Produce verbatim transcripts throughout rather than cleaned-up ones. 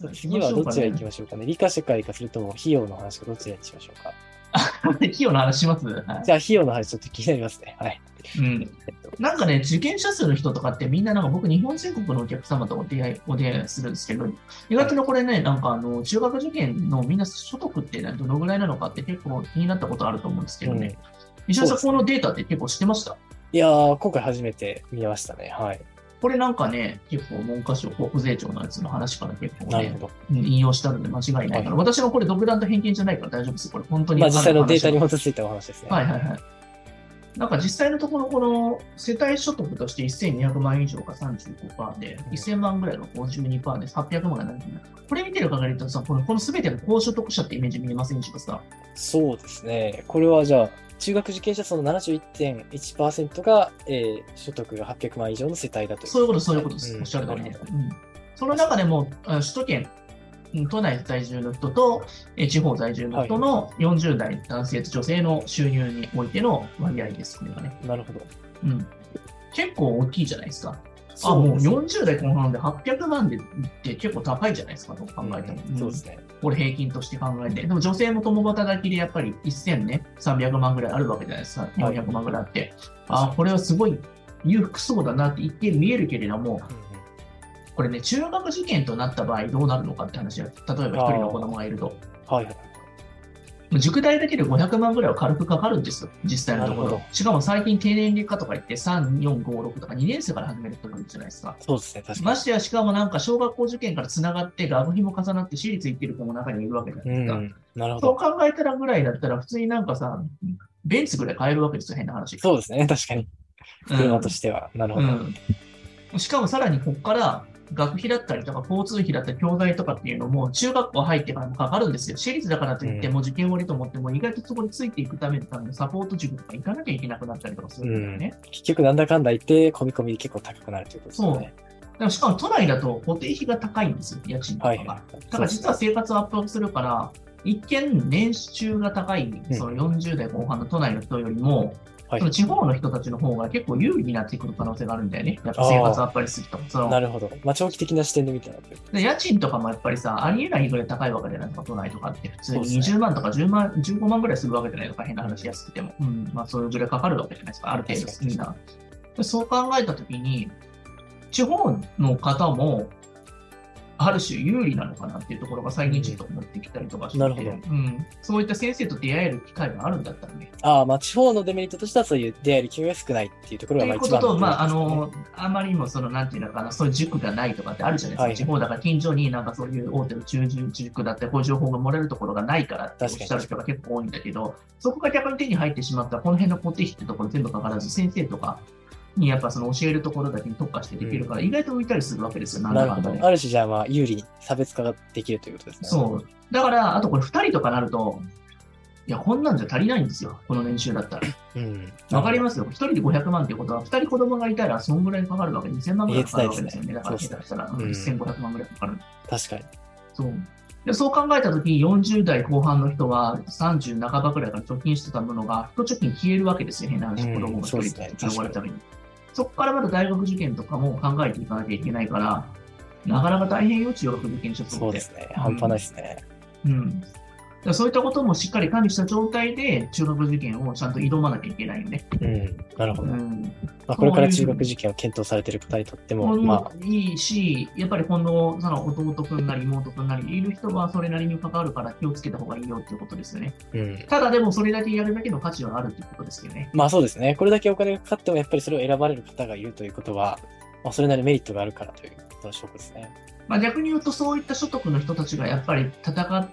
次はどちら行きましょうかね。理科社会か、それとも費用の話か、どちらにしましょうか。 費用の話します、はい、 じゃあ、費用の話ちょっと気になりますね。はい。 うん。なんかね、受験者数の人とかってみんななんか僕、日本全国のお客様とお出会い、お出会いするんですけど、意外とねこれね、なんかあの、中学受験のみんな所得ってどのぐらいなのかって結構気になったことあると思うんですけどね。うん、石田さん、このデータって結構知ってました？ いやー、今回初めて見ましたね。はい。 これなんかね、結構文科省、国税庁のやつの話から結構ね、 なるほど引用したので間違いないから、はい、私はこれ独断と偏見じゃないから大丈夫です。これ本当に。 まあ実際のデータに基づいたお話ですね。 はいはいはい。なんか実際のところ、この世帯所得としてせんにひゃくまん以上が さんじゅうごパーセント で、せんまんぐらいが ごじゅうにパーセント で、はっぴゃくまんが何ていうの。これ見てる限りとさ、この、この全ての高所得者ってイメージ見えませんでしょうか？ そうですね。これはじゃあ、中学受験者数の ななじゅういってんいちパーセント が、えー、所得がはっぴゃくまん以上の世帯だという。 そういうこと、そういうことです。うん、おっしゃる通りです。うん、その中でも、首都圏、都内在住の人と、え地方在住の人のよんじゅう代男性と女性の収入においての割合です、これがね。 なるほど。 うん。結構大きいじゃないですか。あ、もうよんじゅう代後半ではっぴゃくまんでって結構高いじゃないですかと考えても。 うん、そうですね。 これ平均として考えて。でも女性も共働きでやっぱりせんね、さんびゃくまんぐらいあるわけじゃないですか。よんひゃくまんぐらいあって。はい、あ、これはすごい裕福そうだなって一見見えるけれども、うん、これね、中学受験となった場合どうなるのかって話は、例えば一人の子供がいると。はいはい。塾代だけでごひゃくまんぐらいは軽くかかるんですよ、実際のところ。しかも最近低年齢化とか言ってさん、よん、ご、ろくとかにねん生から始める人もいるじゃないですか。 そうですね、確かに。 ましてや、しかもなんか小学校受験からつながって学費も重なって私立行ってる子も中にいるわけじゃないですか。うん、なるほど。そう考えたらぐらいだったら普通になんかさ、ベンツぐらい買えるわけですよ、変な話。 そうですね、確かに。車としては。うん、なるほど、 うん。しかもさらにここから学費だったりとか交通費だったり教材とかっていうのも中学校入ってからもかかるんですよ。私立だからといっても受験終わりと思っても意外とそこについていくためのためのサポート塾とか行かなきゃいけなくなったりとかするんだよね。 うん、結局なんだかんだ言って込み込み結構高くなるということですね。そうでもしかも都内だと固定費が高いんですよ、家賃とかが。はい、だから実は生活をアップするから、一見年収が高いそのよんじゅう代後半の都内の人よりも、はい、その地方の人たちの方が結構有利になってくる可能性があるんだよね。やっぱ生活アップすると。そのなるほど。まあ、長期的な視点で見たら。 で家賃とかもやっぱりさ、ありえないぐらい高いわけじゃないですか、都内とかって。普通ににじゅうまんとかじゅうまん、じゅうごまんぐらいするわけじゃないとか、変な話安くても。うん。まあ、そういうぐらいかかるわけじゃないですか、ある程度みんな。でそう考えたときに、地方の方も、ある種有利なのかなっていうところが最近ちょっと思ってきたりとかして、うん、なるほど、うん、そういった先生と出会える機会があるんだったらね。 ああ、まあ地方のデメリットとしてはそういう出会える機会が少ないっていうところがまあ一番ということと、まああの、あまりにもその、なんていうのかな、そういう塾がないとかってあるじゃないですか。はい、地方だから近所になんかそういう大手の中塾だったり、こういう情報が漏れるところがないからっておっしゃる人が結構多いんだけど、そこが逆に手に入ってしまったら、この辺の固定費ってところ全部かからず、先生とか、にやっぱその教えるところだけに特化してできるから、意外と浮いたりするわけですよ、 なんだかんだね。ある種じゃあまあ有利に差別化ができるということですね。 そう。だから、あとこれふたりとかなると、いや、こんなんじゃ足りないんですよ、この年収だったら。うん。わかりますよ。ひとりでごひゃくまんっていうことは、ふたり子供がいたら、そんぐらいかかるわけで、にせんまんぐらいかかるわけですよね。だから下手したら、うん、せんごひゃくまんぐらいかかる。 確かに。 そう。でそう考えたとき、よんじゅう代後半の人はさんじゅう半ばくらいから貯金してたものが、一貯金消えるわけですよ、変な話、子供がひとりで終わるために。そこからまた大学受験とかも考えていかなきゃいけないから、なかなか大変よ、中学受験者とって。 そうですね。半端ないですね。 うん。うんそういったこともしっかり管理した状態で中学受験をちゃんと挑まなきゃいけないよね。 うん、なるほど。うんまあ、これから中学受験を検討されている方にとっても、まあ、いいし、やっぱり今度、その弟くんなり妹くんなりいる人はそれなりに関わるから気をつけた方がいいよっていうことですよね。うん、ただでもそれだけやるだけの価値はあるっていうことですよね。 まあそうですね。これだけお金がかかってもやっぱりそれを選ばれる方がいるということは、まあ、それなりメリットがあるからということの証拠ですね。 まあ、逆に言うとそういった所得の人たちがやっぱり戦って、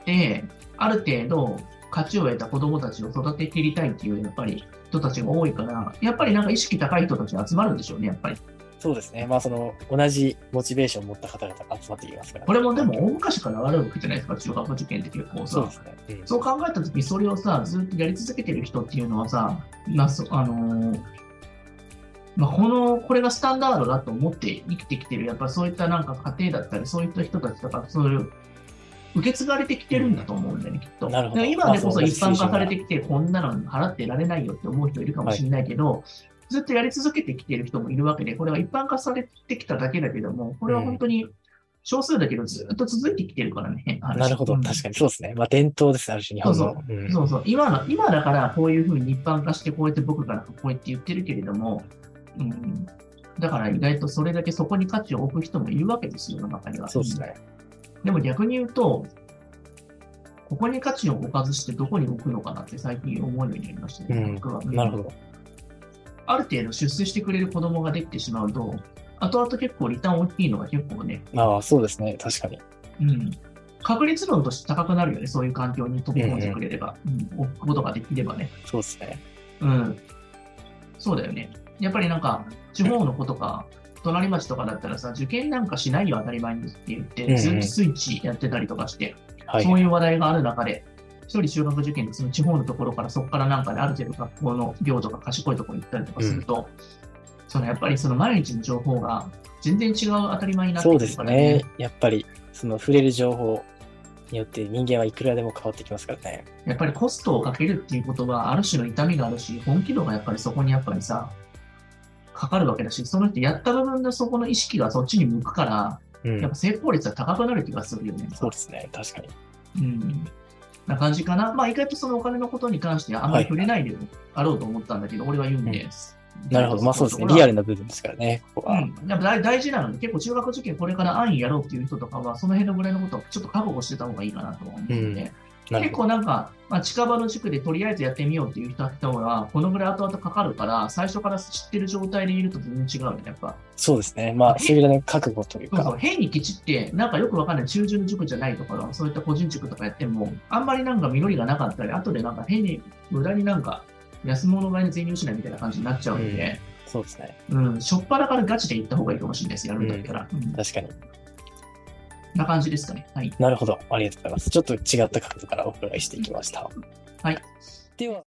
ある程度、価値を得た子供たちを育てていりたいっていうやっぱり人たちが多いから、やっぱりなんか意識高い人たちが集まるんでしょうね、やっぱり。 そうですね。まあその同じモチベーションを持った方々が集まってきますから、ね。 これもでも大昔からあるわけじゃないですか、中学受験って結構さ。そうですね。うん、そう考えたとき、それをさ、ずっとやり続けてる人っていうのはさ、まあ、あのー、まあ、この、これがスタンダードだと思って生きてきてる、やっぱりそういったなんか家庭だったり、そういった人たちとか、そういう受け継がれてきてるんだと思うんだよね、きっと。なるほど。今でこそ一般化されてきて、こんなの払ってられないよって思う人いるかもしれないけど、はい、ずっとやり続けてきてる人もいるわけで、これは一般化されてきただけだけども、これは本当に少数だけどずっと続いてきてるからね。 なるほど。 うん確かにそうですね。まあ伝統です、ある種日本の。 そうそうそうそう。今の、今だからこういうふうに一般化して、こうやって僕からこうやって言ってるけれども、うん、だから意外とそれだけそこに価値を置く人もいるわけですよ、世の中には。 そうですね。 でも逆に言うと、ここに価値を置かずしてどこに置くのかなって最近思うようになりましたね、 うん、 僕は。 なるほど。 ある程度出世してくれる子供ができてしまうと、後々結構リターン大きいのが結構ね、 ああ、そうですね。確かに。 うん。確率論として高くなるよね、そういう環境に飛び込んでくれれば、うんうん、置くことができればね。 そうですね。 うん。そうだよね。やっぱりなんか、地方の子とか、隣町とかだったらさ、受験なんかしないよ、当たり前にって言って、ずっとスイッチやってたりとかして、 はい、 そういう話題がある中で、一人中学受験でその地方のところからそこからなんかである程度学校の寮とか賢いところに行ったりとかすると、うん、そのやっぱりその毎日の情報が全然違う当たり前になってくるからね。 そうですね。やっぱりその触れる情報によって人間はいくらでも変わってきますからね。 やっぱりコストをかけるっていうことはある種の痛みがあるし、本気度がやっぱりそこにやっぱりさ、かかるわけだし、その人やった部分でそこの意識がそっちに向くから、うん、やっぱ成功率は高くなる気がするよね。 そうですね。確かに。 うん。な感じかな。まあ意外とそのお金のことに関してはあまり触れないであろうと思ったんだけど、はい、俺は言うんで、うんなるほど。まあそうですね。リアルな部分ですからね。ここは。 うん。やっぱ大事なので、結構中学受験これから安易やろうっていう人とかは、その辺のぐらいのことをちょっと覚悟してた方がいいかなと思うので、うん結構なんか、まあ、近場の塾でとりあえずやってみようっていう人は、このぐらい後々かかるから、最初から知ってる状態でいると全然違うよね、やっぱ。 そうですね。まあ、それがね、覚悟というか。 そうそう、変にきちって、なんかよくわかんない中旬の塾じゃないとか、そういった個人塾とかやっても、あんまりなんか実りがなかったり、後でなんか変に、無駄になんか、安物買いの全入しないみたいな感じになっちゃうので、 うん、そうですね。 うん、しょっぱなからガチで行った方がいいかもしれないです、やるんだったら。 うんうん、確かに。 な感じですかね。はい。 なるほど。ありがとうございます。ちょっと違った角度からお伺いしていきました。 はい。 では、